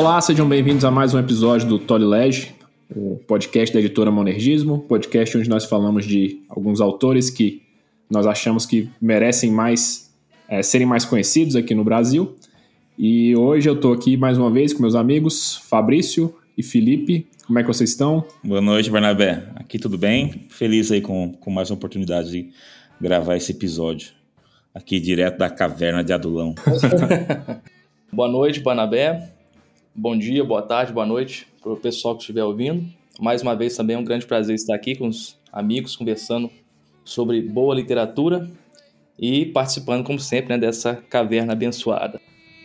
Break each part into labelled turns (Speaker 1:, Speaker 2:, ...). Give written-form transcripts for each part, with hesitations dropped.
Speaker 1: Olá, sejam bem-vindos a mais um episódio do Tolilege, o podcast da editora Monergismo, podcast onde nós falamos de alguns autores que nós achamos que merecem mais serem mais conhecidos aqui no Brasil. E hoje eu estou aqui mais uma vez com meus amigos Fabrício e Felipe. Como é que vocês estão?
Speaker 2: Boa noite, Barnabé. Aqui tudo bem? Feliz aí com mais uma oportunidade de gravar esse episódio. Aqui direto da caverna de Adulão.
Speaker 3: Boa noite, Barnabé. Bom dia, boa tarde, boa noite para o pessoal que estiver ouvindo. Mais uma vez também é um grande prazer estar aqui com os amigos, conversando sobre boa literatura e participando, como sempre, dessa caverna abençoada.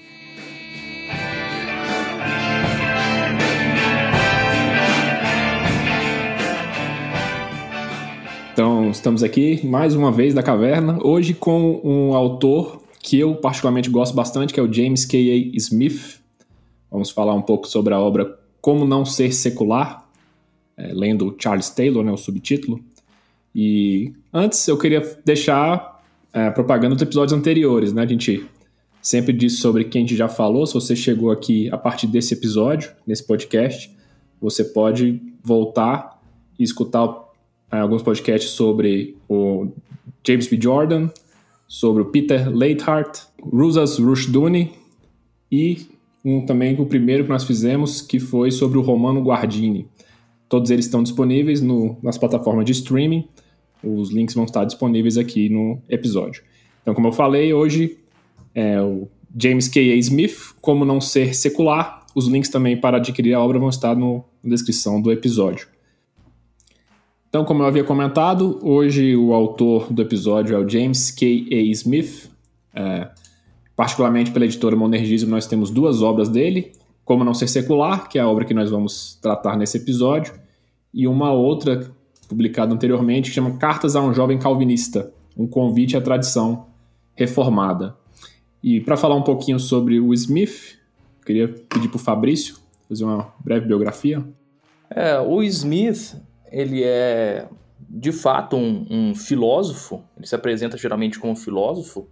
Speaker 1: Então, estamos aqui mais uma vez da caverna, hoje com um autor que eu particularmente gosto bastante, que é o James K.A. Smith. Vamos falar um pouco sobre a obra Como Não Ser Secular, lendo Charles Taylor, o subtítulo. E antes eu queria deixar propaganda dos episódios anteriores, A gente sempre diz sobre quem a gente já falou. Se você chegou aqui a partir desse episódio, nesse podcast, você pode voltar e escutar alguns podcasts sobre o James B. Jordan, sobre o Peter Leithart, Rousas Rushdoony e também o primeiro que nós fizemos, que foi sobre o Romano Guardini. Todos eles estão disponíveis nas plataformas de streaming. Os links vão estar disponíveis aqui no episódio. Então, como eu falei, hoje o James K.A. Smith, Como Não Ser Secular. Os links também para adquirir a obra vão estar na descrição do episódio. Então, como eu havia comentado, hoje o autor do episódio é o James K.A. Smith. Particularmente pela editora Monergismo, nós temos duas obras dele. Como Não Ser Secular, que é a obra que nós vamos tratar nesse episódio, e uma outra publicada anteriormente, que chama Cartas a um Jovem Calvinista, um convite à tradição reformada. E para falar um pouquinho sobre o Smith, eu queria pedir para o Fabrício fazer uma breve biografia.
Speaker 3: O Smith, ele é de fato um filósofo. Ele se apresenta geralmente como filósofo,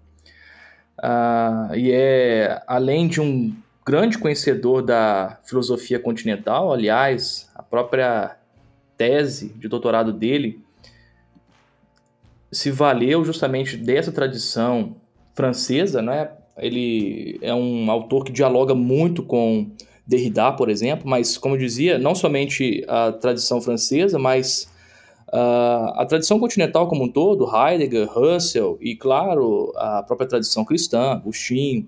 Speaker 3: e além de um grande conhecedor da filosofia continental. Aliás, a própria tese de doutorado dele se valeu justamente dessa tradição francesa, Ele é um autor que dialoga muito com Derrida, por exemplo, mas, como eu dizia, não somente a tradição francesa, mas a tradição continental como um todo, Heidegger, Husserl e, claro, a própria tradição cristã, Agostinho.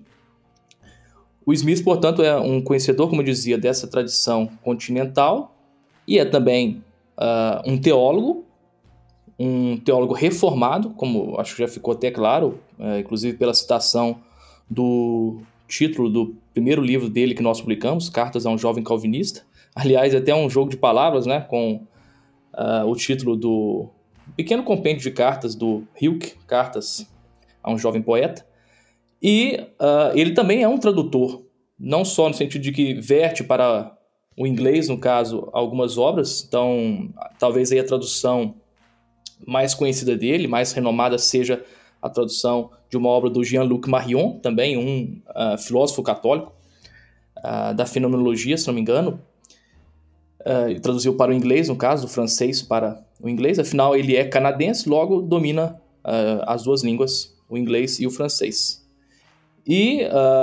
Speaker 3: O Smith, portanto, é um conhecedor, como eu dizia, dessa tradição continental e é também um teólogo reformado, como acho que já ficou até claro, inclusive pela citação do título do primeiro livro dele que nós publicamos, Cartas a um Jovem Calvinista. Aliás, até um jogo de palavras, com o título do pequeno compêndio de cartas do Hilke, Cartas a um Jovem Poeta. E ele também é um tradutor, não só no sentido de que verte para o inglês, no caso, algumas obras. Então, talvez aí a tradução mais conhecida dele, mais renomada, seja a tradução de uma obra do Jean-Luc Marion, também um filósofo católico, da fenomenologia, se não me engano. Ele traduziu para o inglês, no caso, do francês para o inglês. Afinal, ele é canadense, logo domina as duas línguas, o inglês e o francês. E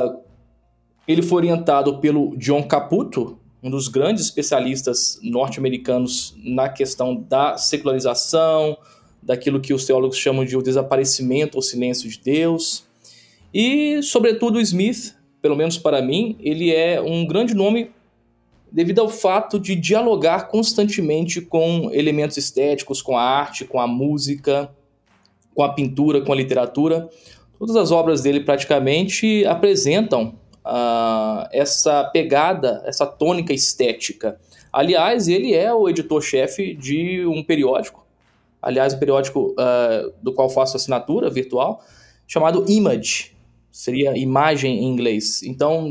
Speaker 3: ele foi orientado pelo John Caputo, um dos grandes especialistas norte-americanos na questão da secularização, daquilo que os teólogos chamam de o desaparecimento ou silêncio de Deus. E, sobretudo, o Smith, pelo menos para mim, ele é um grande nome devido ao fato de dialogar constantemente com elementos estéticos, com a arte, com a música, com a pintura, com a literatura. Todas as obras dele praticamente apresentam essa pegada, essa tônica estética. Aliás, ele é o editor-chefe de um periódico, um periódico do qual faço assinatura virtual, chamado Image, seria imagem em inglês. Então,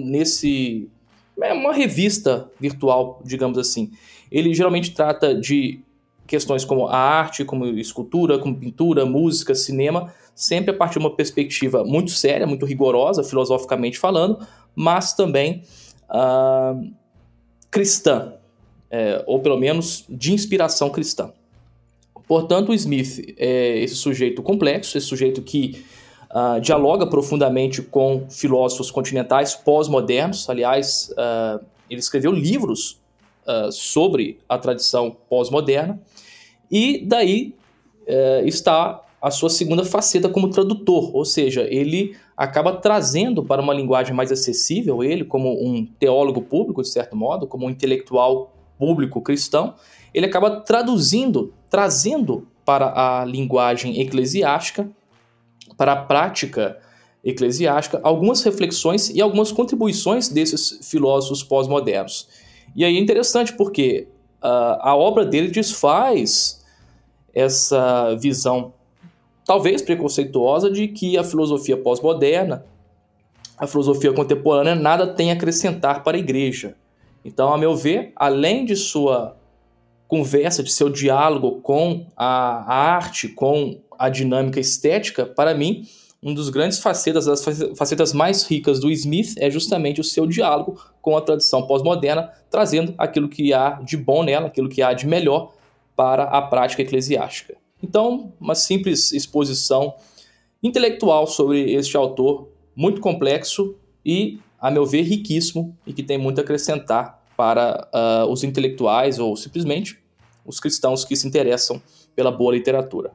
Speaker 3: é uma revista virtual, digamos assim. Ele geralmente trata de questões como a arte, como escultura, como pintura, música, cinema, sempre a partir de uma perspectiva muito séria, muito rigorosa, filosoficamente falando, mas também cristã, ou pelo menos de inspiração cristã. Portanto, o Smith é esse sujeito complexo, esse sujeito que dialoga profundamente com filósofos continentais pós-modernos. Aliás, ele escreveu livros sobre a tradição pós-moderna, e daí está a sua segunda faceta como tradutor, ou seja, ele acaba trazendo para uma linguagem mais acessível, ele como um teólogo público, de certo modo, como um intelectual público cristão, ele acaba trazendo para a linguagem eclesiástica, para a prática eclesiástica, algumas reflexões e algumas contribuições desses filósofos pós-modernos. E aí é interessante porque a obra dele desfaz essa visão talvez preconceituosa de que a filosofia pós-moderna, a filosofia contemporânea, nada tem a acrescentar para a igreja. Então, a meu ver, além de sua conversa, de seu diálogo com a arte, com a dinâmica estética, para mim, um dos grandes facetas, das facetas mais ricas do Smith é justamente o seu diálogo com a tradição pós-moderna, trazendo aquilo que há de bom nela, aquilo que há de melhor para a prática eclesiástica. Então, uma simples exposição intelectual sobre este autor, muito complexo e, a meu ver, riquíssimo, e que tem muito a acrescentar para os intelectuais ou simplesmente os cristãos que se interessam pela boa literatura.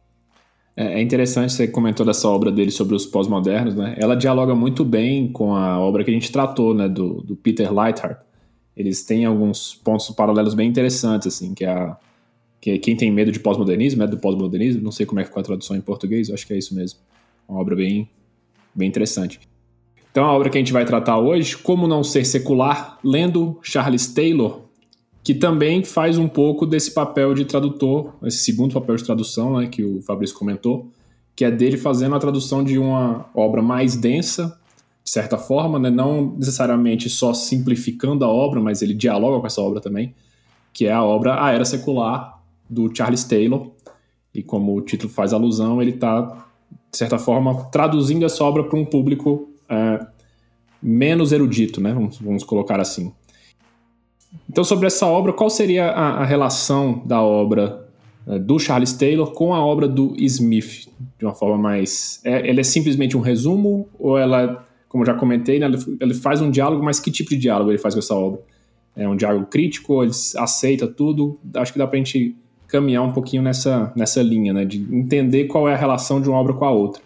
Speaker 1: É interessante, você comentou dessa obra dele sobre os pós-modernos, né? Ela dialoga muito bem com a obra que a gente tratou, né, do Peter Leithart. Eles têm alguns pontos paralelos bem interessantes, assim, que é Quem Tem Medo de Pós-Modernismo, do pós-modernismo, não sei como é que ficou a tradução em português, eu acho que é isso mesmo. Uma obra bem interessante. Então a obra que a gente vai tratar hoje, Como Não Ser Secular, lendo Charles Taylor, que também faz um pouco desse papel de tradutor, esse segundo papel de tradução, né, que o Fabrício comentou, que é dele fazendo a tradução de uma obra mais densa, de certa forma, né, não necessariamente só simplificando a obra, mas ele dialoga com essa obra também, que é a obra A Era Secular, do Charles Taylor, e como o título faz alusão, ele está, de certa forma, traduzindo essa obra para um público menos erudito, né, vamos colocar assim. Então, sobre essa obra, qual seria a relação da obra do Charles Taylor com a obra do Smith, de uma forma mais... Ela é simplesmente um resumo, ou ela, como eu já comentei, né, ele faz um diálogo, mas que tipo de diálogo ele faz com essa obra? É um diálogo crítico, ele aceita tudo? Acho que dá pra gente caminhar um pouquinho nessa linha, né, de entender qual é a relação de uma obra com a outra.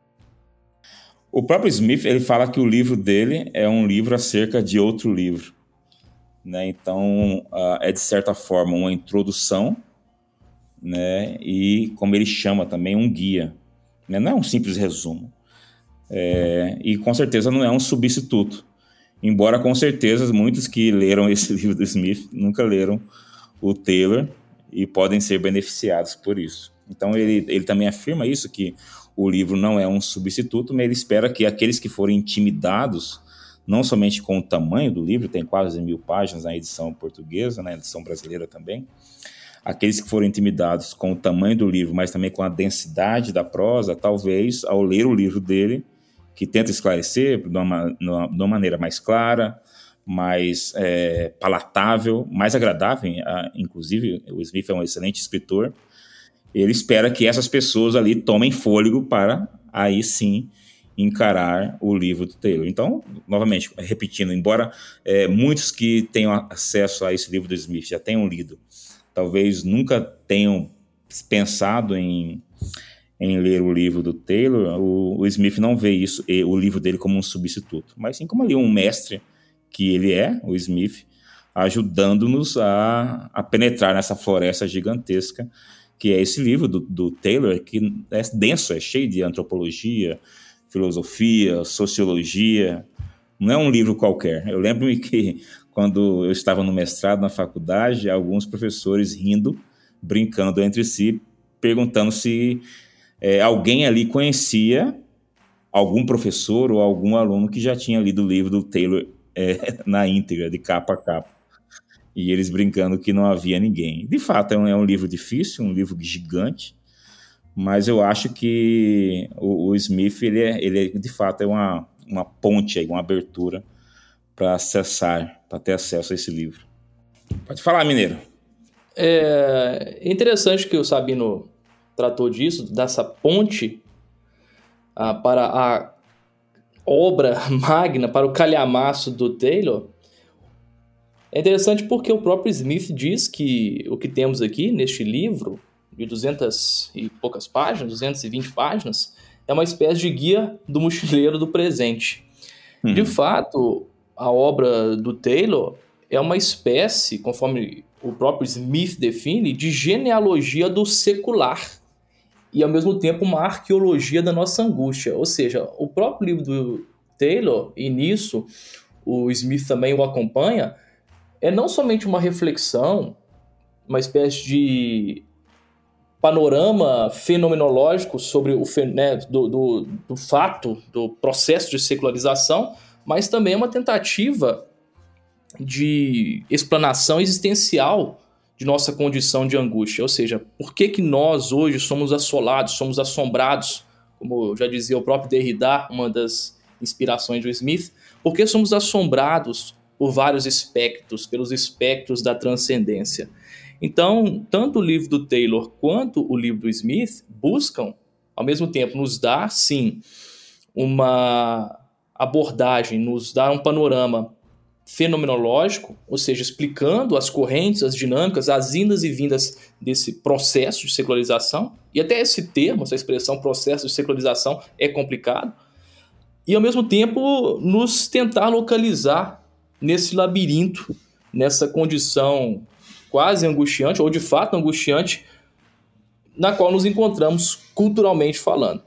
Speaker 2: O próprio Smith, ele fala que o livro dele é um livro acerca de outro livro, né? Então, é de certa forma uma introdução, né? E, como ele chama também, um guia, né? Não é um simples resumo. E com certeza não é um substituto. Embora com certeza muitos que leram esse livro do Smith nunca leram o Taylor e podem ser beneficiados por isso. Então ele também afirma isso, que o livro não é um substituto, mas ele espera que aqueles que forem intimidados, não somente com o tamanho do livro, tem quase 1000 páginas na edição portuguesa, na edição brasileira também, aqueles que forem intimidados com o tamanho do livro, mas também com a densidade da prosa, talvez, ao ler o livro dele, que tenta esclarecer de uma maneira mais clara, mais palatável, mais agradável, inclusive o Smith é um excelente escritor, ele espera que essas pessoas ali tomem fôlego para, aí sim, encarar o livro do Taylor. Então, novamente, repetindo, embora muitos que tenham acesso a esse livro do Smith já tenham lido, talvez nunca tenham pensado em ler o livro do Taylor, o Smith não vê isso, o livro dele como um substituto, mas sim como ali um mestre que ele é, o Smith, ajudando-nos a penetrar nessa floresta gigantesca que é esse livro do Taylor, que é denso, é cheio de antropologia, filosofia, sociologia, não é um livro qualquer. Eu lembro-me que quando eu estava no mestrado na faculdade, alguns professores rindo, brincando entre si, perguntando se alguém ali conhecia algum professor ou algum aluno que já tinha lido o livro do Taylor na íntegra, de capa a capa. E eles brincando que não havia ninguém. De fato, é um livro difícil, um livro gigante, mas eu acho que o Smith, ele de fato é uma ponte, uma abertura para acessar, para ter acesso a esse livro. Pode falar, Mineiro.
Speaker 3: É interessante que o Sabino tratou disso, dessa ponte para a obra magna, para o calhamaço do Taylor. É interessante porque o próprio Smith diz que o que temos aqui neste livro, de 200 e poucas páginas, 220 páginas, é uma espécie de guia do mochileiro do presente. De fato, a obra do Taylor é uma espécie, conforme o próprio Smith define, de genealogia do secular e, ao mesmo tempo, uma arqueologia da nossa angústia. Ou seja, o próprio livro do Taylor, e nisso o Smith também o acompanha, é não somente uma reflexão, uma espécie de panorama fenomenológico sobre o do fato, do processo de secularização, mas também é uma tentativa de explanação existencial de nossa condição de angústia. Ou seja, por que nós hoje somos assolados, somos assombrados, como já dizia o próprio Derrida, uma das inspirações do Smith, por que somos assombrados por vários espectros, pelos espectros da transcendência. Então, tanto o livro do Taylor quanto o livro do Smith buscam, ao mesmo tempo, nos dar, sim, uma abordagem, nos dar um panorama fenomenológico, ou seja, explicando as correntes, as dinâmicas, as indas e vindas desse processo de secularização, e até esse termo, essa expressão processo de secularização é complicado, e ao mesmo tempo nos tentar localizar nesse labirinto, nessa condição quase angustiante, ou de fato angustiante, na qual nos encontramos culturalmente falando.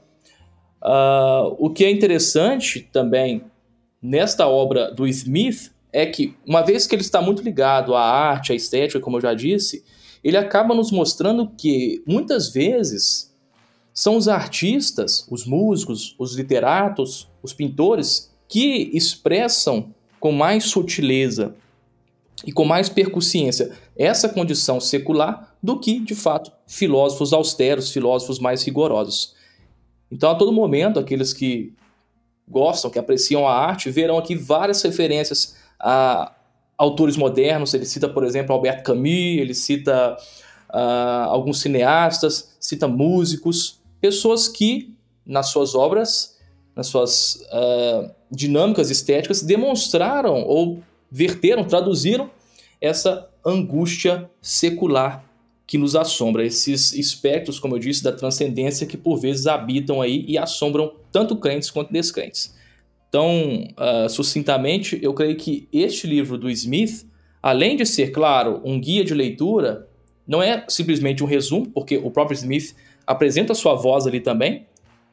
Speaker 3: O que é interessante também nesta obra do Smith é que, uma vez que ele está muito ligado à arte, à estética, como eu já disse, ele acaba nos mostrando que, muitas vezes, são os artistas, os músicos, os literatos, os pintores, que expressam com mais sutileza e com mais percussiência essa condição secular do que, de fato, filósofos austeros, filósofos mais rigorosos. Então, a todo momento, aqueles que gostam, que apreciam a arte, verão aqui várias referências a autores modernos. Ele cita, por exemplo, Albert Camus, ele cita alguns cineastas, cita músicos, pessoas que, nas suas obras, nas suas dinâmicas estéticas, demonstraram ou verteram, traduziram essa angústia secular que nos assombra, esses espectros, como eu disse, da transcendência que por vezes habitam aí e assombram tanto crentes quanto descrentes. Então, sucintamente, eu creio que este livro do Smith, além de ser, claro, um guia de leitura, não é simplesmente um resumo, porque o próprio Smith apresenta a sua voz ali também,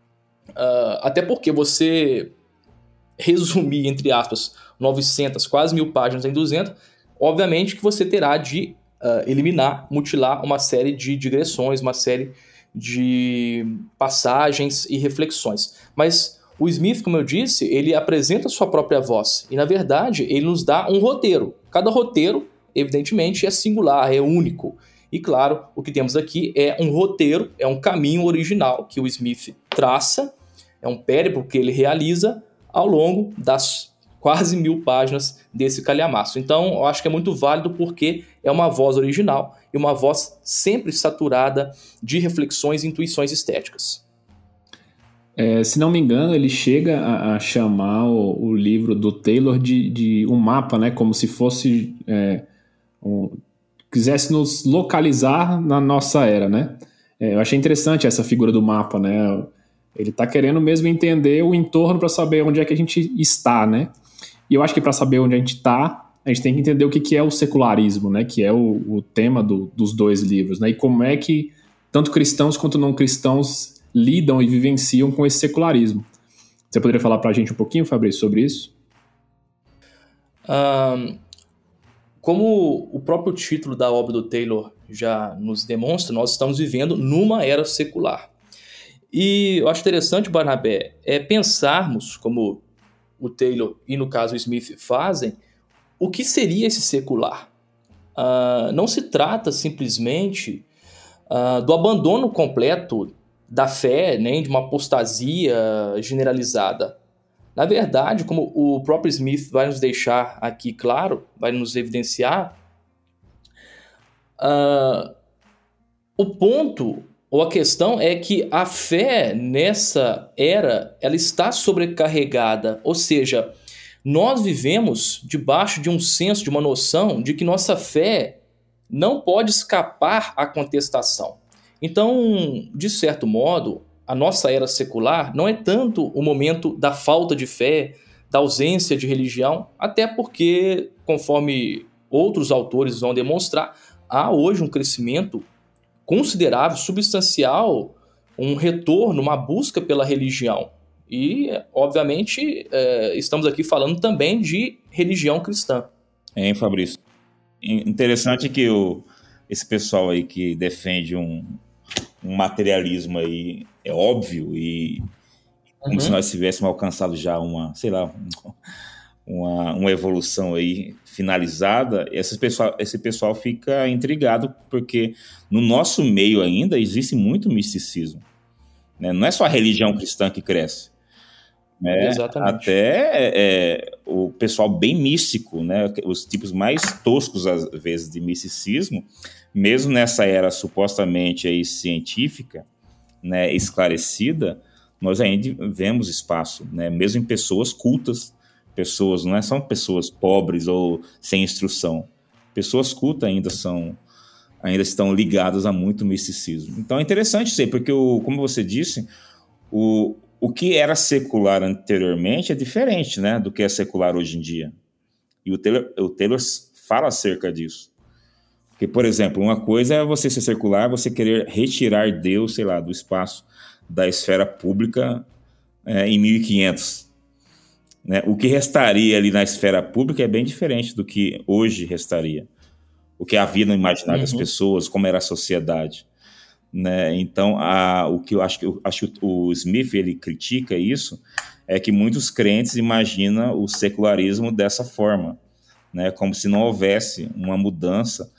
Speaker 3: até porque você resumir, entre aspas, 900, quase 1000 páginas em 200, obviamente que você terá de eliminar, mutilar uma série de digressões, uma série de passagens e reflexões. Mas o Smith, como eu disse, ele apresenta a sua própria voz e, na verdade, ele nos dá um roteiro. Cada roteiro, evidentemente, é singular, é único. E, claro, o que temos aqui é um roteiro, é um caminho original que o Smith traça, é um périplo que ele realiza ao longo das quase 1000 páginas desse calhamaço. Então, eu acho que é muito válido porque é uma voz original e uma voz sempre saturada de reflexões e intuições estéticas.
Speaker 1: Se não me engano, ele chega a chamar o livro do Taylor de um mapa, né? Como se fosse... quisesse nos localizar na nossa era, né? Eu achei interessante essa figura do mapa, né? Ele está querendo mesmo entender o entorno para saber onde é que a gente está, né? E eu acho que para saber onde a gente está, a gente tem que entender o que é o secularismo, né? Que é o tema dos dois livros, né? E como é que tanto cristãos quanto não cristãos lidam e vivenciam com esse secularismo. Você poderia falar para a gente um pouquinho, Fabrício, sobre isso?
Speaker 3: Como o próprio título da obra do Taylor já nos demonstra, nós estamos vivendo numa era secular. E eu acho interessante, Barnabé, pensarmos, como o Taylor e, no caso, o Smith fazem, o que seria esse secular. Não se trata simplesmente do abandono completo da fé, nem de uma apostasia generalizada. Na verdade, como o próprio Smith vai nos deixar aqui claro, vai nos evidenciar, o ponto ou a questão é que a fé nessa era, ela está sobrecarregada, ou seja, nós vivemos debaixo de um senso, de uma noção de que nossa fé não pode escapar à contestação. Então, de certo modo, a nossa era secular não é tanto o momento da falta de fé, da ausência de religião, até porque, conforme outros autores vão demonstrar, há hoje um crescimento considerável, substancial, um retorno, uma busca pela religião. E, obviamente, estamos aqui falando também de religião cristã.
Speaker 2: Fabrício? Interessante que esse pessoal aí que defende um materialismo aí é óbvio e como se nós tivéssemos alcançado já uma evolução aí finalizada, esse pessoal fica intrigado porque no nosso meio ainda existe muito misticismo, né? Não é só a religião cristã que cresce, né?
Speaker 3: Exatamente.
Speaker 2: Até o pessoal bem místico, né? Os tipos mais toscos às vezes de misticismo, mesmo nessa era supostamente aí científica, né, esclarecida, nós ainda vemos espaço, né? Mesmo em pessoas cultas, pessoas, não são pessoas pobres ou sem instrução. Pessoas cultas ainda estão ligadas a muito misticismo. Então é interessante isso aí, porque, como você disse, o que era secular anteriormente é diferente, né, do que é secular hoje em dia. E o Taylor fala acerca disso. Porque, por exemplo, uma coisa é você ser secular, você querer retirar Deus, sei lá, do espaço da esfera pública em 1500. Né? O que restaria ali na esfera pública é bem diferente do que hoje restaria. O que havia no imaginário das pessoas, como era a sociedade. Né? Então, o que eu acho que o Smith ele critica isso, é que muitos crentes imaginam o secularismo dessa forma, né? Como se não houvesse uma mudança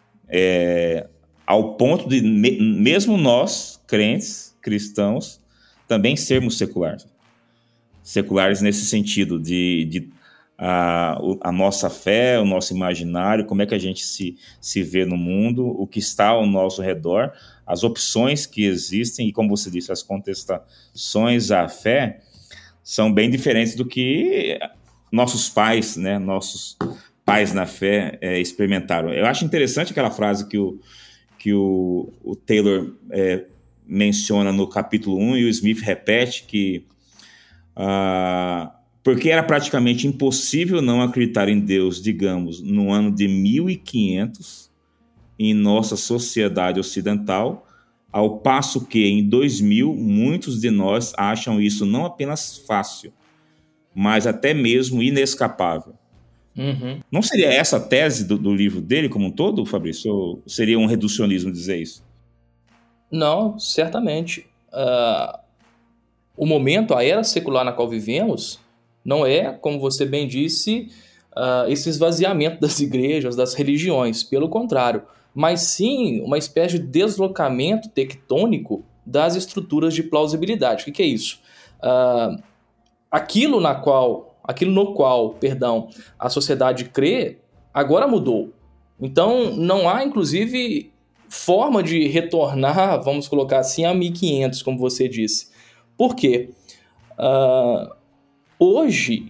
Speaker 2: ao ponto de, mesmo nós, crentes, cristãos, também sermos seculares. Seculares nesse sentido de a nossa fé, o nosso imaginário, como é que a gente se vê no mundo, o que está ao nosso redor, as opções que existem e, como você disse, as contestações à fé são bem diferentes do que nossos pais, né, nossos pais na fé experimentaram. Eu acho interessante aquela frase que o Taylor menciona no capítulo 1 e o Smith repete que porque era praticamente impossível não acreditar em Deus, digamos, no ano de 1500, em nossa sociedade ocidental, ao passo que em 2000 muitos de nós acham isso não apenas fácil, mas até mesmo inescapável. Não seria essa a tese do livro dele como um todo, Fabrício? Ou seria um reducionismo dizer isso?
Speaker 3: Não, certamente. O momento, a era secular na qual vivemos, não é, como você bem disse, esse esvaziamento das igrejas, das religiões. Pelo contrário, mas sim uma espécie de deslocamento tectônico das estruturas de plausibilidade. O que é isso? Aquilo no qual, a sociedade crê, agora mudou. Então, não há, inclusive, forma de retornar, vamos colocar assim, a 1500, como você disse. Por quê? Hoje,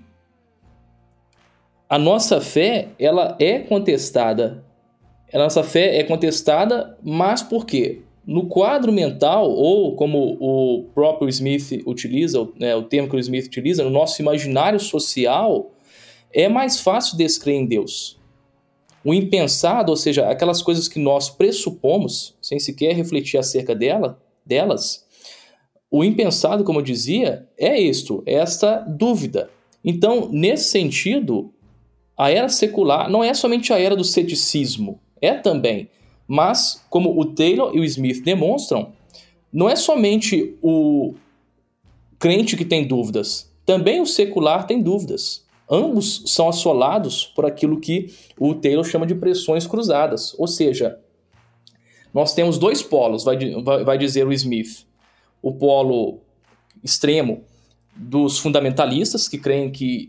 Speaker 3: a nossa fé, ela é contestada. A nossa fé é contestada, mas por quê? No quadro mental, ou como o próprio Smith utiliza, né, o termo que o Smith utiliza, no nosso imaginário social, é mais fácil descrer em Deus. O impensado, ou seja, aquelas coisas que nós pressupomos, sem sequer refletir acerca delas, o impensado, como eu dizia, é esta dúvida. Então, nesse sentido, a era secular não é somente a era do ceticismo, é também. Mas, como o Taylor e o Smith demonstram, não é somente o crente que tem dúvidas, também o secular tem dúvidas. Ambos são assolados por aquilo que o Taylor chama de pressões cruzadas. Ou seja, nós temos dois polos, vai dizer o Smith. O polo extremo dos fundamentalistas, que creem que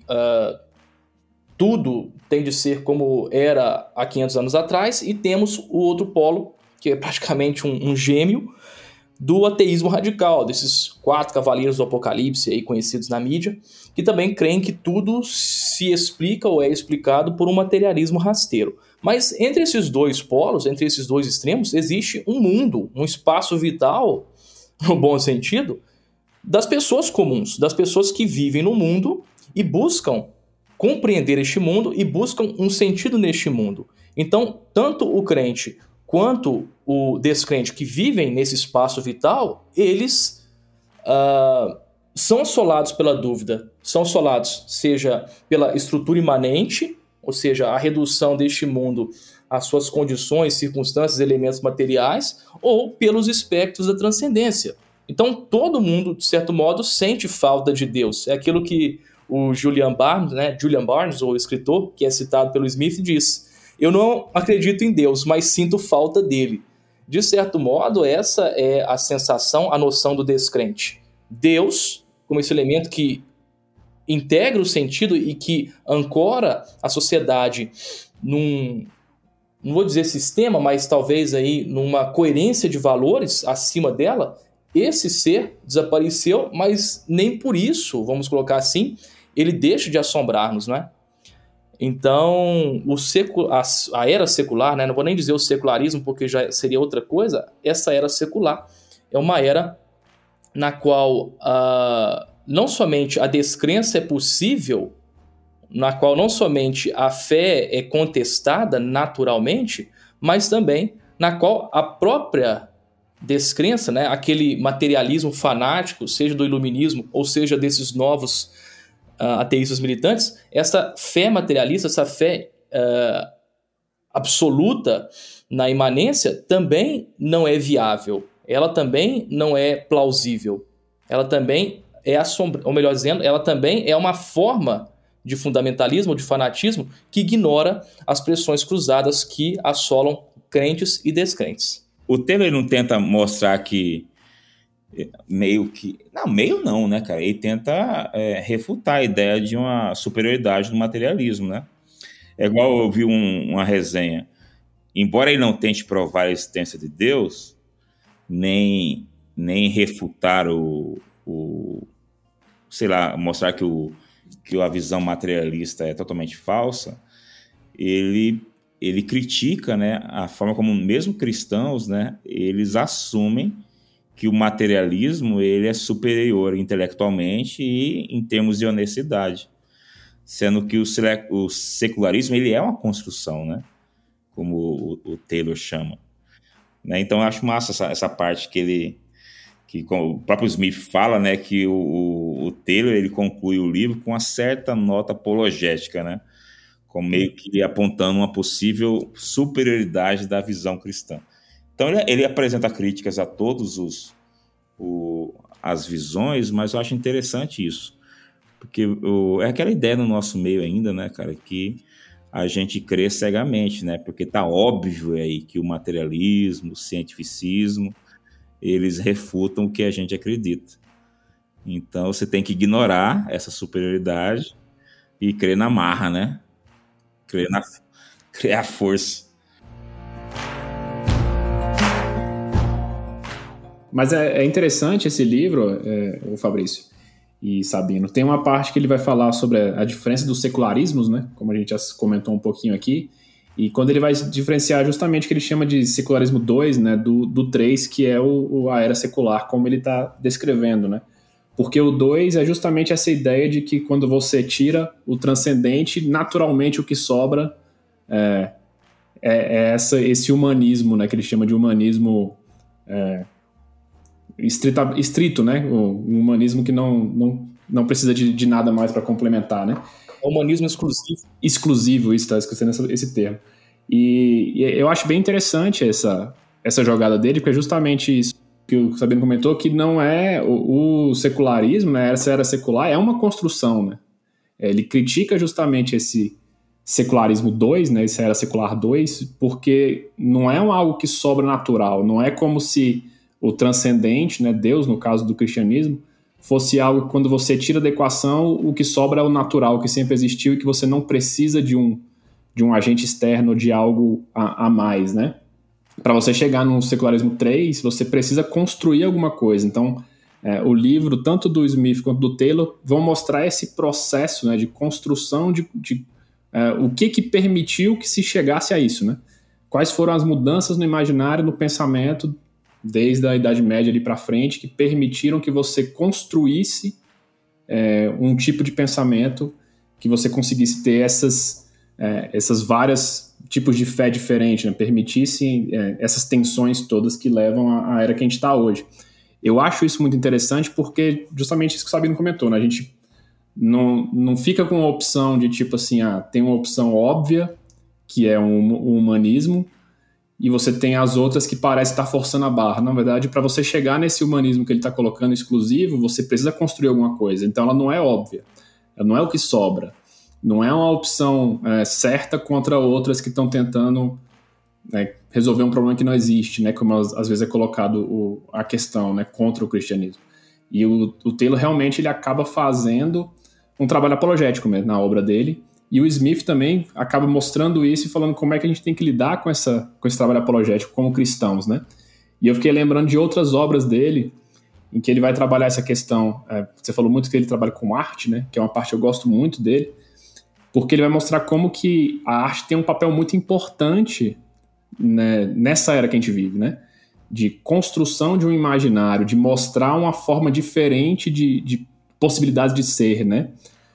Speaker 3: tudo tem de ser como era há 500 anos atrás, e temos o outro polo, que é praticamente um gêmeo, do ateísmo radical, desses 4 cavaleiros do Apocalipse aí conhecidos na mídia, que também creem que tudo se explica ou é explicado por um materialismo rasteiro. Mas entre esses dois polos, entre esses dois extremos, existe um mundo, um espaço vital, no bom sentido, das pessoas comuns, das pessoas que vivem no mundo e buscam compreender este mundo e buscam um sentido neste mundo. Então, tanto o crente quanto o descrente que vivem nesse espaço vital, eles são assolados pela dúvida, são assolados seja pela estrutura imanente, ou seja, a redução deste mundo às suas condições, circunstâncias, elementos materiais, ou pelos espectros da transcendência. Então, todo mundo, de certo modo, sente falta de Deus. É aquilo que o Julian Barnes, o escritor, que é citado pelo Smith, diz: eu não acredito em Deus, mas sinto falta dele. De certo modo, essa é a sensação, a noção do descrente. Deus, como esse elemento que integra o sentido e que ancora a sociedade num, não vou dizer sistema, mas talvez aí numa coerência de valores acima dela, esse ser desapareceu, mas nem por isso, vamos colocar assim, ele deixa de assombrar-nos, não é? Então, a era secular, né, não vou nem dizer o secularismo, porque já seria outra coisa, essa era secular é uma era na qual não somente a descrença é possível, na qual não somente a fé é contestada naturalmente, mas também na qual a própria descrença, né, aquele materialismo fanático, seja do iluminismo ou seja desses novos ateístas militantes, essa fé materialista, essa fé absoluta na imanência também não é viável, ela também não é plausível, ela também é ou melhor dizendo, ela também é uma forma de fundamentalismo, de fanatismo, que ignora as pressões cruzadas que assolam crentes e descrentes.
Speaker 2: O Taylor não tenta mostrar que meio não, né, cara? Ele tenta refutar a ideia de uma superioridade do materialismo, né? É igual eu vi uma resenha. Embora ele não tente provar a existência de Deus, nem refutar sei lá, mostrar que a visão materialista é totalmente falsa, ele critica, né, a forma como mesmo cristãos, né, eles assumem que o materialismo ele é superior intelectualmente e em termos de honestidade, sendo que o secularismo ele é uma construção, né, como o Taylor chama, né? Então eu acho massa essa parte que o próprio Smith fala, né, que o Taylor ele conclui o livro com uma certa nota apologética, né, como meio que apontando uma possível superioridade da visão cristã. Então ele apresenta críticas a todos as visões, mas eu acho interessante isso, porque é aquela ideia no nosso meio ainda, né, cara, que a gente crê cegamente, né, porque tá óbvio aí que o materialismo, o cientificismo, eles refutam o que a gente acredita. Então você tem que ignorar essa superioridade e crer na marra, né? Crer à força.
Speaker 1: Mas é interessante esse livro, o Fabrício e Sabino. Tem uma parte que ele vai falar sobre a diferença dos secularismos, né? Como a gente já comentou um pouquinho aqui. E quando ele vai diferenciar justamente o que ele chama de secularismo 2, né, do 3, que é a era secular, como ele está descrevendo, né? Porque o 2 é justamente essa ideia de que quando você tira o transcendente, naturalmente o que sobra é esse humanismo, né, que ele chama de humanismo estrito, né? O humanismo que não precisa de nada mais para complementar, né?
Speaker 3: Humanismo exclusivo.
Speaker 1: Exclusivo, isso, está esquecendo esse termo. E eu acho bem interessante essa jogada dele, porque é justamente isso que o Sabino comentou, que não é o secularismo, né, essa era secular, é uma construção, né? Ele critica justamente esse secularismo 2, né, essa era secular 2, porque não é algo que sobra natural, não é como se o transcendente, né, Deus, no caso do cristianismo, fosse algo que quando você tira da equação, o que sobra é o natural, que sempre existiu e que você não precisa de um agente externo, de algo a mais, né? Para você chegar no secularismo 3, você precisa construir alguma coisa. Então, o livro, tanto do Smith quanto do Taylor, vão mostrar esse processo, né, de construção de o que permitiu que se chegasse a isso, né? Quais foram as mudanças no imaginário, no pensamento, desde a Idade Média ali para frente, que permitiram que você construísse um tipo de pensamento, que você conseguisse ter essas várias tipos de fé diferentes, né? Permitisse essas tensões todas que levam à era que a gente está hoje. Eu acho isso muito interessante porque justamente isso que o Sabino comentou, né? A gente não fica com a opção de tipo assim, tem uma opção óbvia, que é o humanismo, e você tem as outras que parece estar forçando a barra. Na verdade, para você chegar nesse humanismo que ele está colocando exclusivo, você precisa construir alguma coisa. Então ela não é óbvia, ela não é o que sobra. Não é uma opção certa contra outras que estão tentando resolver um problema que não existe, né? Como às vezes é colocado a questão, né? Contra o cristianismo. E o Taylor realmente ele acaba fazendo um trabalho apologético mesmo na obra dele. E o Smith também acaba mostrando isso e falando como é que a gente tem que lidar com esse trabalho apologético como cristãos, né? E eu fiquei lembrando de outras obras dele em que ele vai trabalhar essa questão. Você falou muito que ele trabalha com arte, né? Que é uma parte que eu gosto muito dele, porque ele vai mostrar como que a arte tem um papel muito importante, né, nessa era que a gente vive, né? De construção de um imaginário, de mostrar uma forma diferente de possibilidades de ser, né?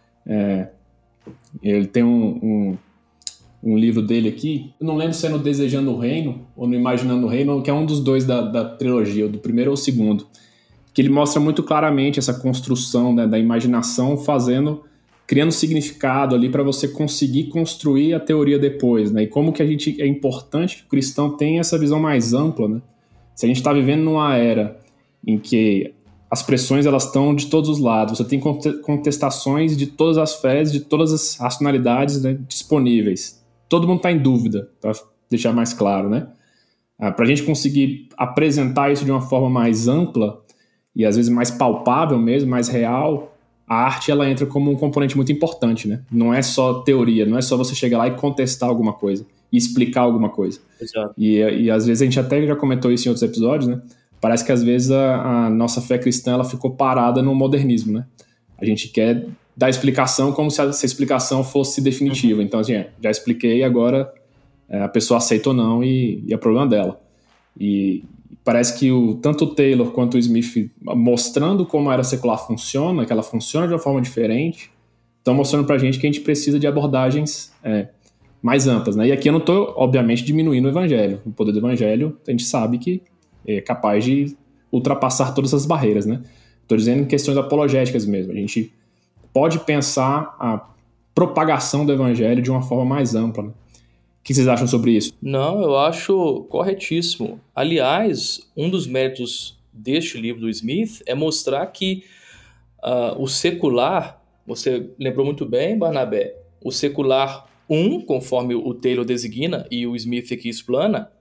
Speaker 1: Ele tem um livro dele aqui, eu não lembro se é no Desejando o Reino ou no Imaginando o Reino, que é um dos dois da trilogia, do primeiro ou o segundo, que ele mostra muito claramente essa construção, né, da imaginação criando significado ali para você conseguir construir a teoria depois, né? E como que é importante que o cristão tenha essa visão mais ampla, né? Se a gente está vivendo numa era em que as pressões elas estão de todos os lados, você tem contestações de todas as fés, de todas as racionalidades, né, disponíveis. Todo mundo está em dúvida, para deixar mais claro, né? Para a gente conseguir apresentar isso de uma forma mais ampla e às vezes mais palpável mesmo, mais real, a arte ela entra como um componente muito importante, né? Não é só teoria, não é só você chegar lá e contestar alguma coisa e explicar alguma coisa.
Speaker 3: Exato.
Speaker 1: E às vezes a gente até já comentou isso em outros episódios, né? Parece que às vezes a nossa fé cristã ela ficou parada no modernismo, né? A gente quer dar explicação como se essa explicação fosse definitiva. Então, assim, já expliquei, agora a pessoa aceita ou não e é problema dela. E parece que tanto o Taylor quanto o Smith, mostrando como a era secular funciona, que ela funciona de uma forma diferente, estão mostrando pra gente que a gente precisa de abordagens mais amplas, né? E aqui eu não estou, obviamente, diminuindo o evangelho. O poder do evangelho, a gente sabe que é capaz de ultrapassar todas essas barreiras, né? Estou dizendo em questões apologéticas mesmo. A gente pode pensar a propagação do evangelho de uma forma mais ampla, né? O que vocês acham sobre isso?
Speaker 3: Não, eu acho corretíssimo. Aliás, um dos méritos deste livro do Smith é mostrar que o secular, você lembrou muito bem, Barnabé, o secular 1, conforme o Taylor designa e o Smith aqui explana,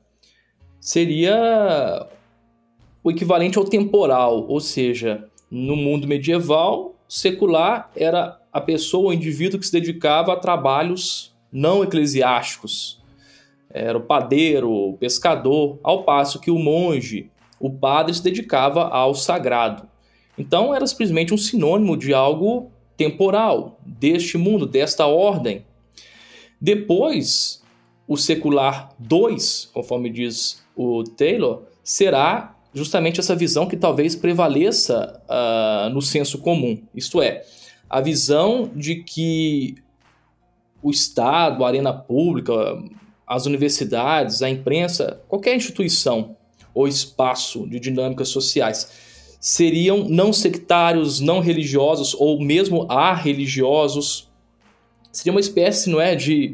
Speaker 3: seria o equivalente ao temporal, ou seja, no mundo medieval, secular era a pessoa, o indivíduo que se dedicava a trabalhos não eclesiásticos. Era o padeiro, o pescador, ao passo que o monge, o padre, se dedicava ao sagrado. Então era simplesmente um sinônimo de algo temporal, deste mundo, desta ordem. Depois, o secular 2, conforme diz o Taylor, será justamente essa visão que talvez prevaleça no senso comum. Isto é, a visão de que o Estado, a arena pública, as universidades, a imprensa, qualquer instituição ou espaço de dinâmicas sociais seriam não sectários, não religiosos ou mesmo arreligiosos. Seria uma espécie, não é, de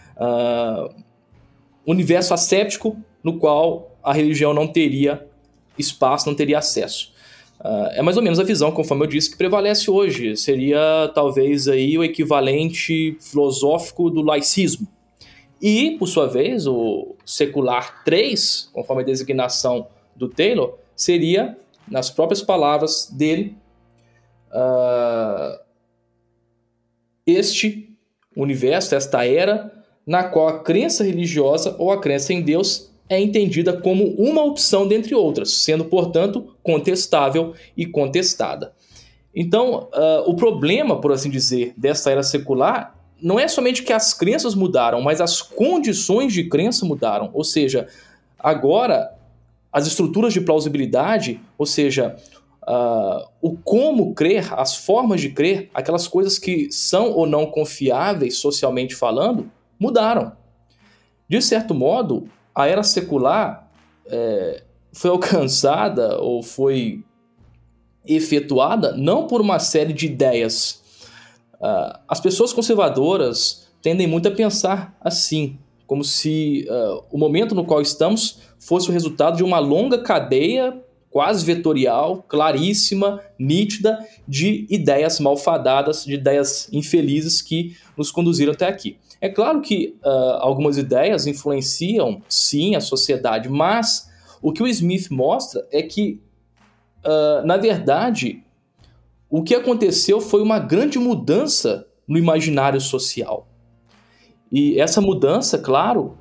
Speaker 3: universo asséptico no qual a religião não teria espaço, não teria acesso. É mais ou menos a visão, conforme eu disse, que prevalece hoje. Seria talvez aí o equivalente filosófico do laicismo. E, por sua vez, o secular 3, conforme a designação do Taylor, seria, nas próprias palavras dele, este universo, esta era, na qual a crença religiosa ou a crença em Deus é entendida como uma opção dentre outras, sendo, portanto, contestável e contestada. Então, o problema, por assim dizer, desta era secular não é somente que as crenças mudaram, mas as condições de crença mudaram. Ou seja, agora, as estruturas de plausibilidade, ou seja, o como crer, as formas de crer, aquelas coisas que são ou não confiáveis socialmente falando, mudaram. De certo modo, a era secular foi alcançada ou foi efetuada não por uma série de ideias. As pessoas conservadoras tendem muito a pensar assim, como se o momento no qual estamos fosse o resultado de uma longa cadeia quase vetorial, claríssima, nítida, de ideias malfadadas, de ideias infelizes que nos conduziram até aqui. É claro que algumas ideias influenciam, sim, a sociedade, mas o que o Smith mostra é que, na verdade, o que aconteceu foi uma grande mudança no imaginário social. E essa mudança, claro,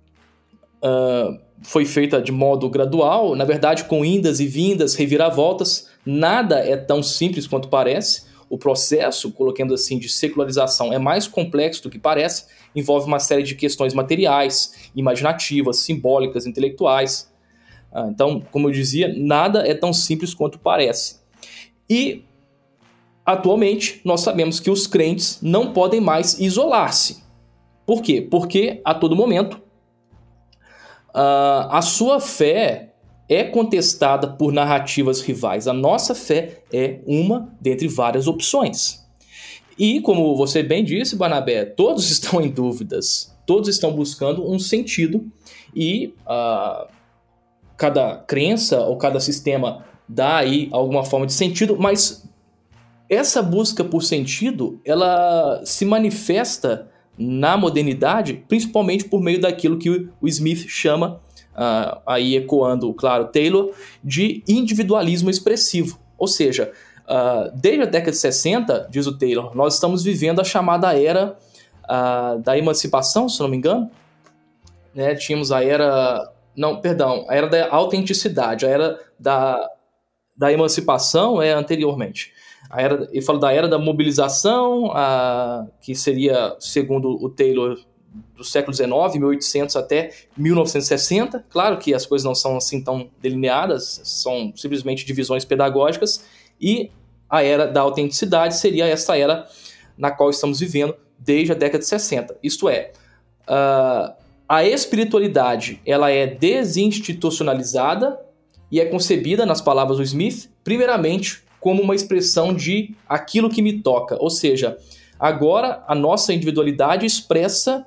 Speaker 3: foi feita de modo gradual, na verdade com indas e vindas, reviravoltas. Nada é tão simples quanto parece. O processo, colocando assim, de secularização é mais complexo do que parece, envolve uma série de questões materiais, imaginativas, simbólicas, intelectuais. Então, como eu dizia, nada é tão simples quanto parece. E, atualmente, nós sabemos que os crentes não podem mais isolar-se. Por quê? Porque, a todo momento, a sua fé é contestada por narrativas rivais. A nossa fé é uma dentre várias opções. E, como você bem disse, Barnabé, todos estão em dúvidas. Todos estão buscando um sentido e cada crença ou cada sistema dá aí alguma forma de sentido, mas essa busca por sentido, ela se manifesta na modernidade, principalmente por meio daquilo que o Smith chama, aí ecoando, claro, Taylor, de individualismo expressivo. Ou seja, desde a década de 60, diz o Taylor, nós estamos vivendo a chamada era da emancipação, se não me engano. Né? Tínhamos a era... Não, perdão, a era da autenticidade, a era da emancipação anteriormente. Eu falo da era da mobilização, que seria, segundo o Taylor, do século XIX, 1800 até 1960. Claro que as coisas não são assim tão delineadas, são simplesmente divisões pedagógicas. E a era da autenticidade seria essa era na qual estamos vivendo desde a década de 60. Isto é, a espiritualidade ela é desinstitucionalizada e é concebida, nas palavras do Smith, primeiramente como uma expressão de aquilo que me toca. Ou seja, agora a nossa individualidade expressa,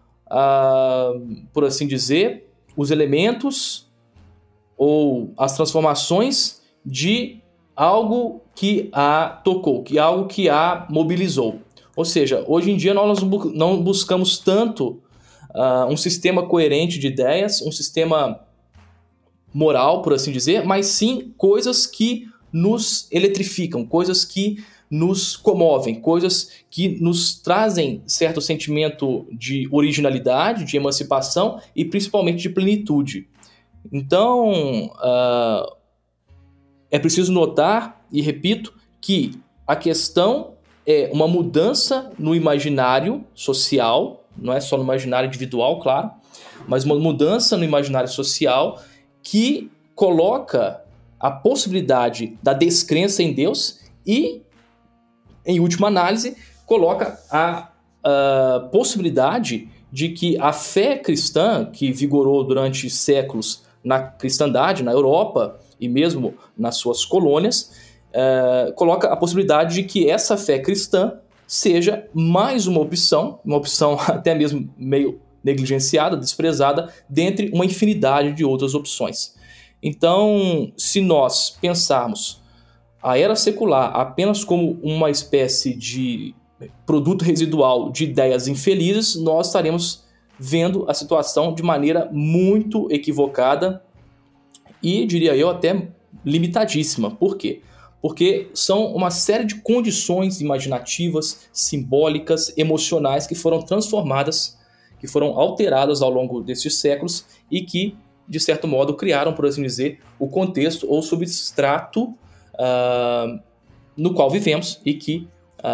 Speaker 3: por assim dizer, os elementos ou as transformações de algo que a tocou, que algo que a mobilizou. Ou seja, hoje em dia nós não buscamos tanto um sistema coerente de ideias, um sistema moral, por assim dizer, mas sim coisas que nos eletrificam, coisas que nos comovem, coisas que nos trazem certo sentimento de originalidade, de emancipação e principalmente de plenitude. Então, é preciso notar, e repito, que a questão é uma mudança no imaginário social, não é só no imaginário individual, claro, mas uma mudança no imaginário social que coloca a possibilidade da descrença em Deus e, em última análise, coloca a possibilidade de que a fé cristã, que vigorou durante séculos na cristandade, na Europa e mesmo nas suas colônias, coloca a possibilidade de que essa fé cristã seja mais uma opção até mesmo meio negligenciada, desprezada, dentre uma infinidade de outras opções. Então, se nós pensarmos a era secular apenas como uma espécie de produto residual de ideias infelizes, nós estaremos vendo a situação de maneira muito equivocada e, diria eu, até limitadíssima. Por quê? porque são uma série de condições imaginativas, simbólicas, emocionais que foram transformadas, que foram alteradas ao longo desses séculos e que, de certo modo, criaram, por assim dizer, o contexto ou substrato no qual vivemos e que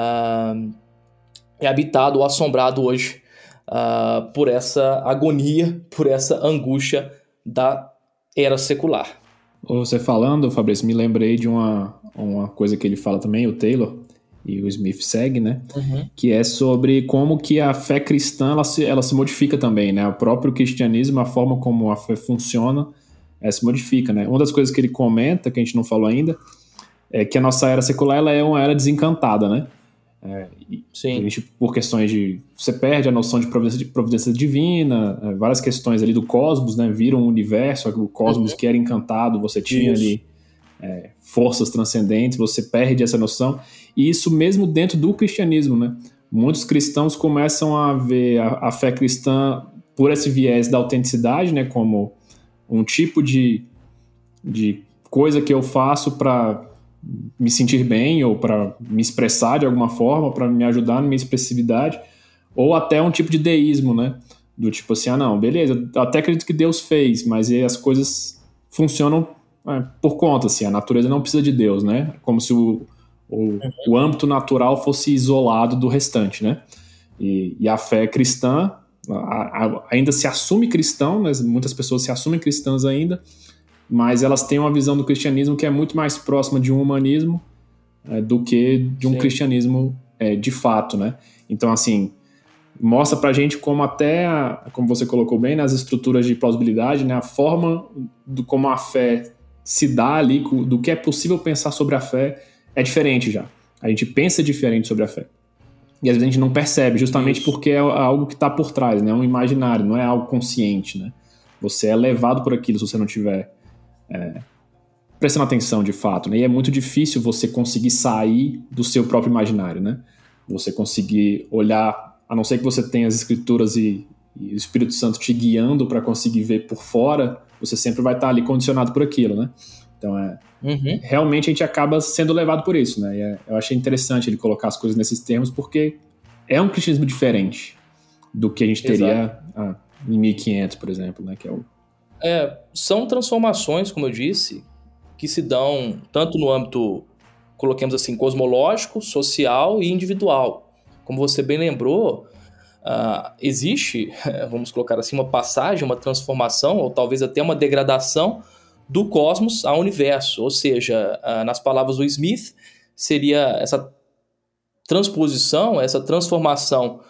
Speaker 3: é habitado ou assombrado hoje por essa agonia, por essa angústia da era secular.
Speaker 1: Você falando, Fabrício, me lembrei de uma coisa que ele fala também, o Taylor, e o Smith segue, né? Que é sobre como que a fé cristã ela se modifica também, né? O próprio cristianismo, a forma como a fé funciona, se modifica, né? Uma das coisas que ele comenta, que a gente não falou ainda, é que a nossa era secular ela é uma era desencantada, né?
Speaker 3: Sim.
Speaker 1: A gente, por questões de... Você perde a noção de providência divina, várias questões ali do cosmos, né? Viram o universo, o cosmos que era encantado, você tinha ali forças transcendentes, você perde essa noção. E isso mesmo dentro do cristianismo, né? Muitos cristãos começam a ver a fé cristã por esse viés da autenticidade, né? Como um tipo de coisa que eu faço para me sentir bem ou para me expressar de alguma forma, para me ajudar na minha expressividade, ou até um tipo de deísmo, né? Do tipo assim, não, beleza, eu até acredito que Deus fez, mas as coisas funcionam por conta, assim, a natureza não precisa de Deus, né? Como se o âmbito natural fosse isolado do restante, né? E a fé cristã ainda se assume cristão, né? Muitas pessoas se assumem cristãs ainda, mas elas têm uma visão do cristianismo que é muito mais próxima de um humanismo do que de um cristianismo de fato, né? Então, assim, mostra pra gente como até, como você colocou bem, nas estruturas de plausibilidade, né, a forma como a fé se dá ali, do que é possível pensar sobre a fé, é diferente já. A gente pensa diferente sobre a fé. E às vezes a gente não percebe, justamente porque é algo que está por trás, né? É um imaginário, não é algo consciente, né? Você é levado por aquilo se você não tiver prestando atenção de fato, né? E é muito difícil você conseguir sair do seu próprio imaginário, né? Você conseguir olhar, a não ser que você tenha as escrituras e o Espírito Santo te guiando para conseguir ver por fora, você sempre vai estar ali condicionado por aquilo, né? Então realmente a gente acaba sendo levado por isso, né? E eu achei interessante ele colocar as coisas nesses termos, porque é um cristianismo diferente do que a gente teria em 1500, por exemplo, né? Que é
Speaker 3: são transformações, como eu disse, que se dão tanto no âmbito, coloquemos assim, cosmológico, social e individual. Como você bem lembrou, existe, vamos colocar assim, uma passagem, uma transformação, ou talvez até uma degradação do cosmos ao universo. Ou seja, nas palavras do Smith, seria essa transposição, essa transformação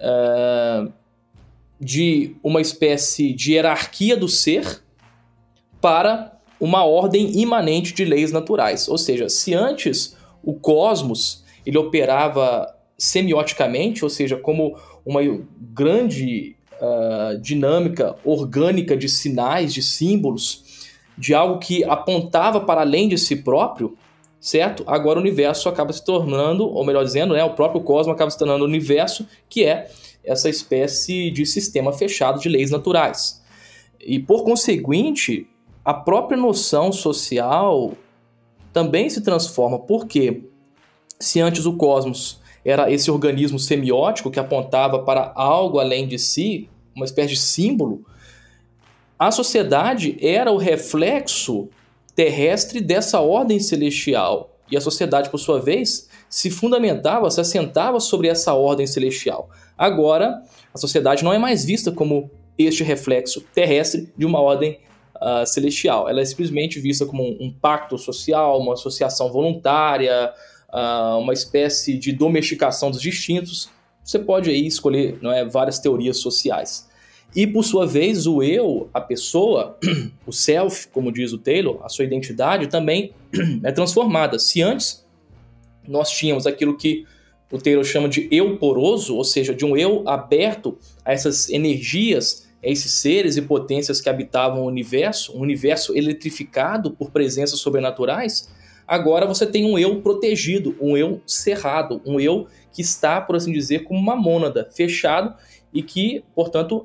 Speaker 3: de uma espécie de hierarquia do ser para uma ordem imanente de leis naturais. Ou seja, se antes o cosmos ele operava semioticamente, ou seja, como uma grande dinâmica orgânica de sinais, de símbolos, de algo que apontava para além de si próprio, certo? Agora o universo acaba se tornando, ou melhor dizendo, o próprio cosmos acaba se tornando o universo, que é essa espécie de sistema fechado de leis naturais. E, por conseguinte, a própria noção social também se transforma, porque se antes o cosmos era esse organismo semiótico que apontava para algo além de si, uma espécie de símbolo, a sociedade era o reflexo terrestre dessa ordem celestial. E a sociedade, por sua vez, se fundamentava, se assentava sobre essa ordem celestial. Agora, a sociedade não é mais vista como este reflexo terrestre de uma ordem celestial. Ela é simplesmente vista como um pacto social, uma associação voluntária, uma espécie de domesticação dos distintos. Você pode aí escolher várias teorias sociais. E, por sua vez, o eu, a pessoa, o self, como diz o Taylor, a sua identidade também é transformada. Se antes nós tínhamos aquilo que o Taylor chama de eu poroso, ou seja, de um eu aberto a essas energias, a esses seres e potências que habitavam o universo, um universo eletrificado por presenças sobrenaturais, agora você tem um eu protegido, um eu cerrado, um eu que está, por assim dizer, como uma mônada, fechado e que, portanto,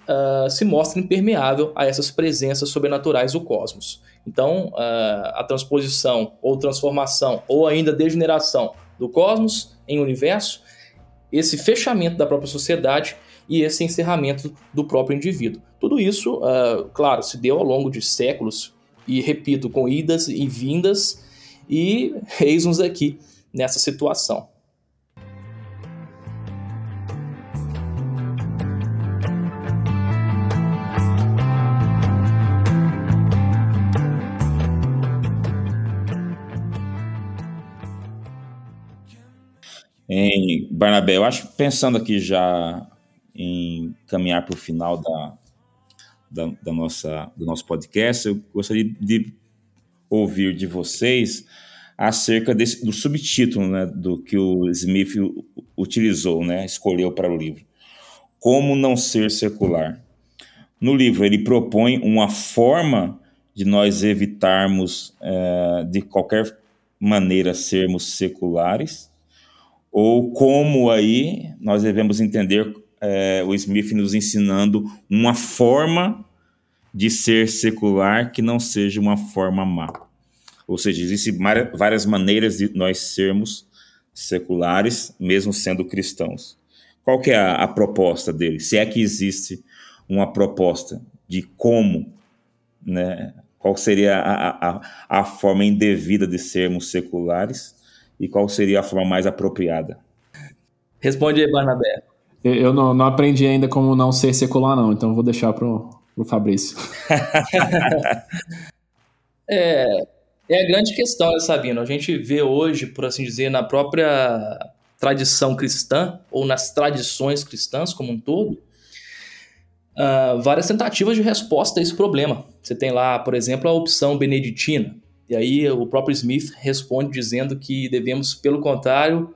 Speaker 3: se mostra impermeável a essas presenças sobrenaturais do cosmos. Então, a transposição ou transformação ou ainda degeneração do cosmos em universo, esse fechamento da própria sociedade e esse encerramento do próprio indivíduo. Tudo isso, claro, se deu ao longo de séculos e, repito, com idas e vindas, e eis-nos aqui nessa situação.
Speaker 2: Em Barnabé, eu acho, pensando aqui já em caminhar para o final do nosso podcast, eu gostaria de ouvir de vocês acerca do subtítulo, né, do que o Smith utilizou, né, escolheu para o livro. Como não ser secular. No livro, ele propõe uma forma de nós evitarmos, de qualquer maneira, sermos seculares, ou como aí nós devemos entender o Smith nos ensinando uma forma de ser secular que não seja uma forma má. Ou seja, existem várias maneiras de nós sermos seculares, mesmo sendo cristãos. Qual que é a proposta dele? Se é que existe uma proposta de como, né? Qual seria a forma indevida de sermos seculares e qual seria a forma mais apropriada?
Speaker 3: Responde aí, Barnabé.
Speaker 1: Eu não aprendi ainda como não ser secular, não, então vou deixar pro Fabrício.
Speaker 3: É a grande questão, né, Sabino? A gente vê hoje, por assim dizer, na própria tradição cristã, ou nas tradições cristãs como um todo, várias tentativas de resposta a esse problema. Você tem lá, por exemplo, a opção beneditina. E aí o próprio Smith responde dizendo que devemos, pelo contrário,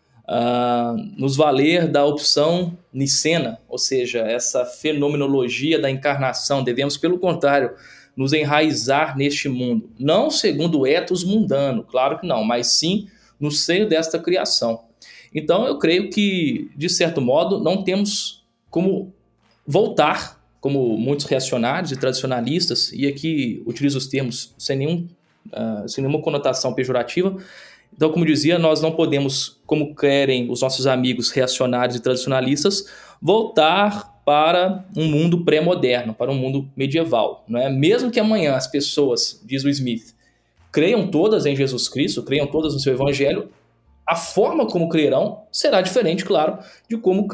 Speaker 3: nos valer da opção nicena, ou seja, essa fenomenologia da encarnação. Devemos, pelo contrário, nos enraizar neste mundo. Não segundo o ethos mundano, claro que não, mas sim no seio desta criação. Então eu creio que, de certo modo, não temos como voltar, como muitos reacionários e tradicionalistas, e aqui utilizo os termos sem nenhuma conotação pejorativa. Então, como dizia, nós não podemos, como querem os nossos amigos reacionários e tradicionalistas, voltar para um mundo pré-moderno, para um mundo medieval. Não é? Mesmo que amanhã as pessoas, diz o Smith, creiam todas em Jesus Cristo, creiam todas no seu evangelho, a forma como crerão será diferente, claro, de como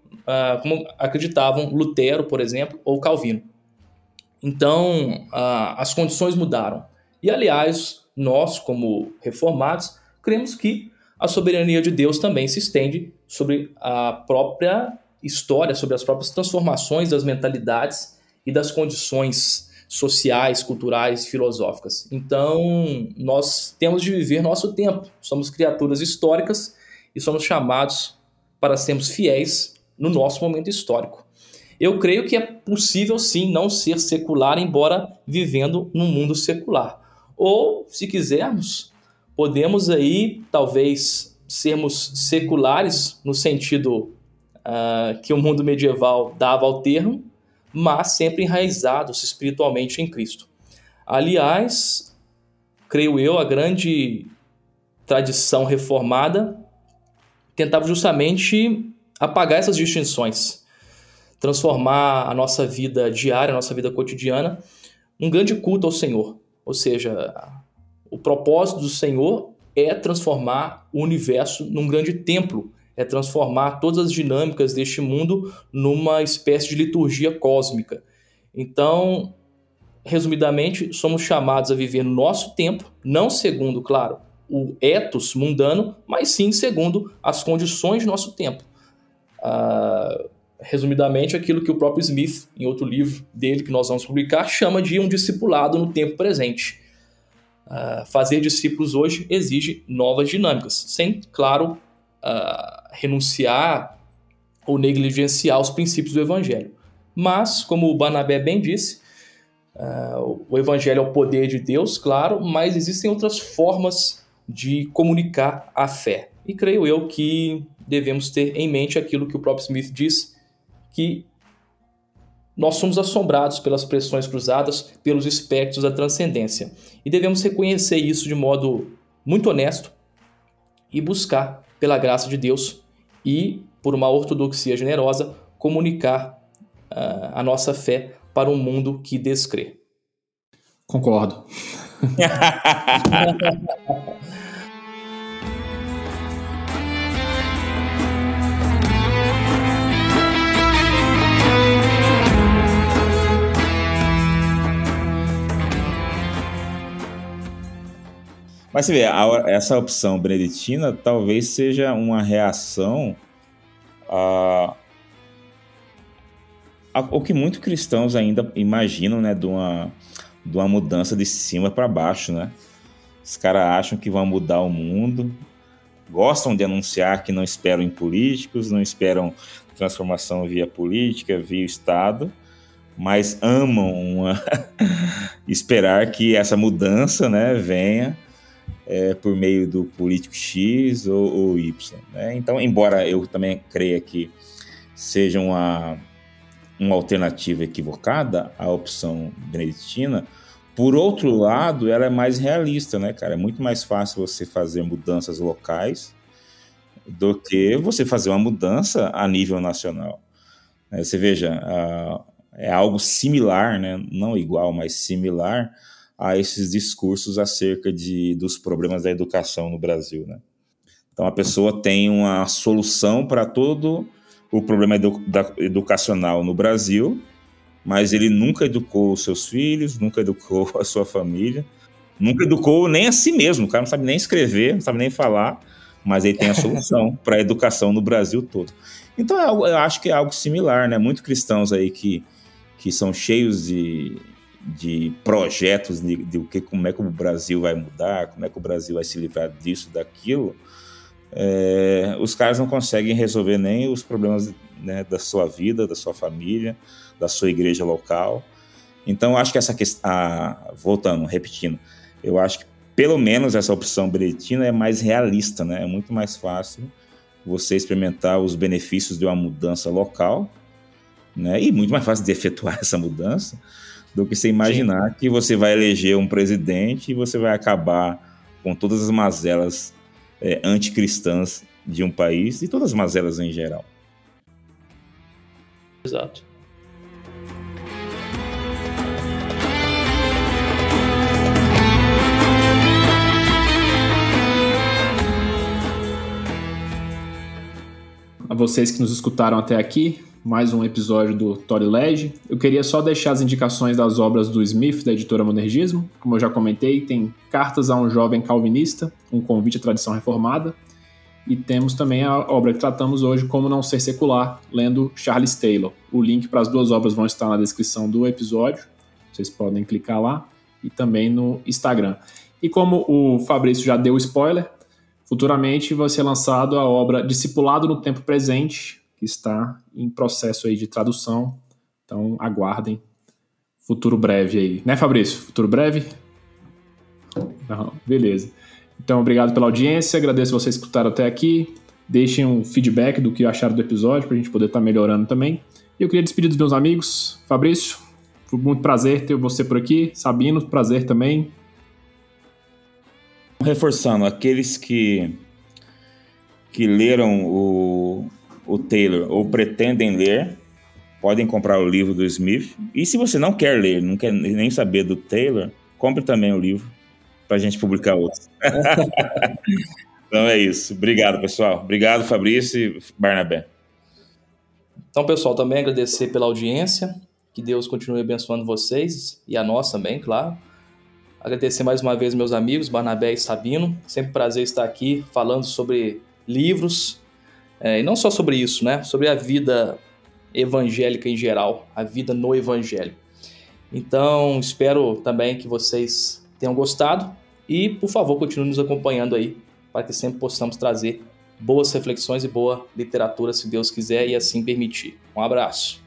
Speaker 3: acreditavam Lutero, por exemplo, ou Calvino. Então, as condições mudaram. E, aliás, nós, como reformados, cremos que a soberania de Deus também se estende sobre a própria história, sobre as próprias transformações das mentalidades e das condições sociais, culturais, filosóficas. Então, nós temos de viver nosso tempo. Somos criaturas históricas e somos chamados para sermos fiéis no nosso momento histórico. Eu creio que é possível, sim, não ser secular, embora vivendo num mundo secular. Ou, se quisermos, podemos aí, talvez, sermos seculares no sentido que o mundo medieval dava ao termo, mas sempre enraizados espiritualmente em Cristo. Aliás, creio eu, a grande tradição reformada tentava justamente apagar essas distinções, transformar a nossa vida diária, a nossa vida cotidiana, num grande culto ao Senhor. Ou seja, o propósito do Senhor é transformar o universo num grande templo, é transformar todas as dinâmicas deste mundo numa espécie de liturgia cósmica. Então, resumidamente, somos chamados a viver no nosso tempo, não segundo, claro, o ethos mundano, mas sim segundo as condições do nosso tempo. Resumidamente, aquilo que o próprio Smith, em outro livro dele que nós vamos publicar, chama de um discipulado no tempo presente. Fazer discípulos hoje exige novas dinâmicas, sem, claro, renunciar ou negligenciar os princípios do Evangelho. Mas, como o Barnabé bem disse, o Evangelho é o poder de Deus, claro, mas existem outras formas de comunicar a fé. E creio eu que devemos ter em mente aquilo que o próprio Smith diz, que nós somos assombrados pelas pressões cruzadas pelos espectros da transcendência. E devemos reconhecer isso de modo muito honesto e buscar, pela graça de Deus e por uma ortodoxia generosa, comunicar a nossa fé para um mundo que descrê.
Speaker 1: Concordo.
Speaker 2: Mas você vê, essa opção beneditina talvez seja uma reação ao que muitos cristãos ainda imaginam, né, de uma mudança de cima para baixo, né? Os caras acham que vão mudar o mundo, gostam de anunciar que não esperam em políticos, não esperam transformação via política, via Estado, mas amam esperar que essa mudança, né, venha por meio do político X ou Y, né? Então, embora eu também creia que seja uma alternativa equivocada, a opção beneditina, por outro lado, ela é mais realista, né, cara? É muito mais fácil você fazer mudanças locais do que você fazer uma mudança a nível nacional. Você veja, é algo similar, né? Não igual, mas similar a esses discursos acerca dos problemas da educação no Brasil, né? Então, a pessoa tem uma solução para todo o problema educacional no Brasil, mas ele nunca educou os seus filhos, nunca educou a sua família, nunca educou nem a si mesmo. O cara não sabe nem escrever, não sabe nem falar, mas ele tem a solução para a educação no Brasil todo. Então, eu acho que é algo similar, né? Muitos cristãos aí que são cheios de projetos como é que o Brasil vai mudar, como é que o Brasil vai se livrar disso, daquilo, os caras não conseguem resolver nem os problemas, né, da sua vida, da sua família, da sua igreja local. Então, eu acho que essa questão, repetindo, eu acho que pelo menos essa opção beneditina é mais realista, né? É muito mais fácil você experimentar os benefícios de uma mudança local, né? E muito mais fácil de efetuar essa mudança do que você imaginar Sim. que você vai eleger um presidente e você vai acabar com todas as mazelas anticristãs de um país e todas as mazelas em geral.
Speaker 3: Exato.
Speaker 1: A vocês que nos escutaram até aqui, mais um episódio do Torilege. Eu queria só deixar as indicações das obras do Smith, da editora Monergismo. Como eu já comentei, tem Cartas a um Jovem Calvinista, um convite à tradição reformada. E temos também a obra que tratamos hoje, Como Não Ser Secular, lendo Charles Taylor. O link para as duas obras vão estar na descrição do episódio. Vocês podem clicar lá. E também no Instagram. E como o Fabrício já deu spoiler, futuramente vai ser lançado a obra Discipulado no Tempo Presente, que está em processo aí de tradução. Então, aguardem. Futuro breve aí. Né, Fabrício? Futuro breve? Não, beleza. Então, obrigado pela audiência. Agradeço vocês que escutaram até aqui. Deixem um feedback do que acharam do episódio, para a gente poder estar melhorando também. E eu queria despedir dos meus amigos. Fabrício, foi muito prazer ter você por aqui. Sabino, prazer também.
Speaker 2: Reforçando, aqueles que leram o Taylor ou pretendem ler, podem comprar o livro do Smith. E se você não quer ler, não quer nem saber do Taylor, compre também o livro para a gente publicar outro. Então é isso. Obrigado, pessoal. Obrigado, Fabrício e Barnabé.
Speaker 3: Então, pessoal, também agradecer pela audiência. Que Deus continue abençoando vocês e a nós também, claro. Agradecer mais uma vez meus amigos, Barnabé e Sabino. Sempre um prazer estar aqui falando sobre livros. E não só sobre isso, né? Sobre a vida evangélica em geral, a vida no evangelho. Então, espero também que vocês tenham gostado e, por favor, continuem nos acompanhando aí para que sempre possamos trazer boas reflexões e boa literatura, se Deus quiser e assim permitir. Um abraço.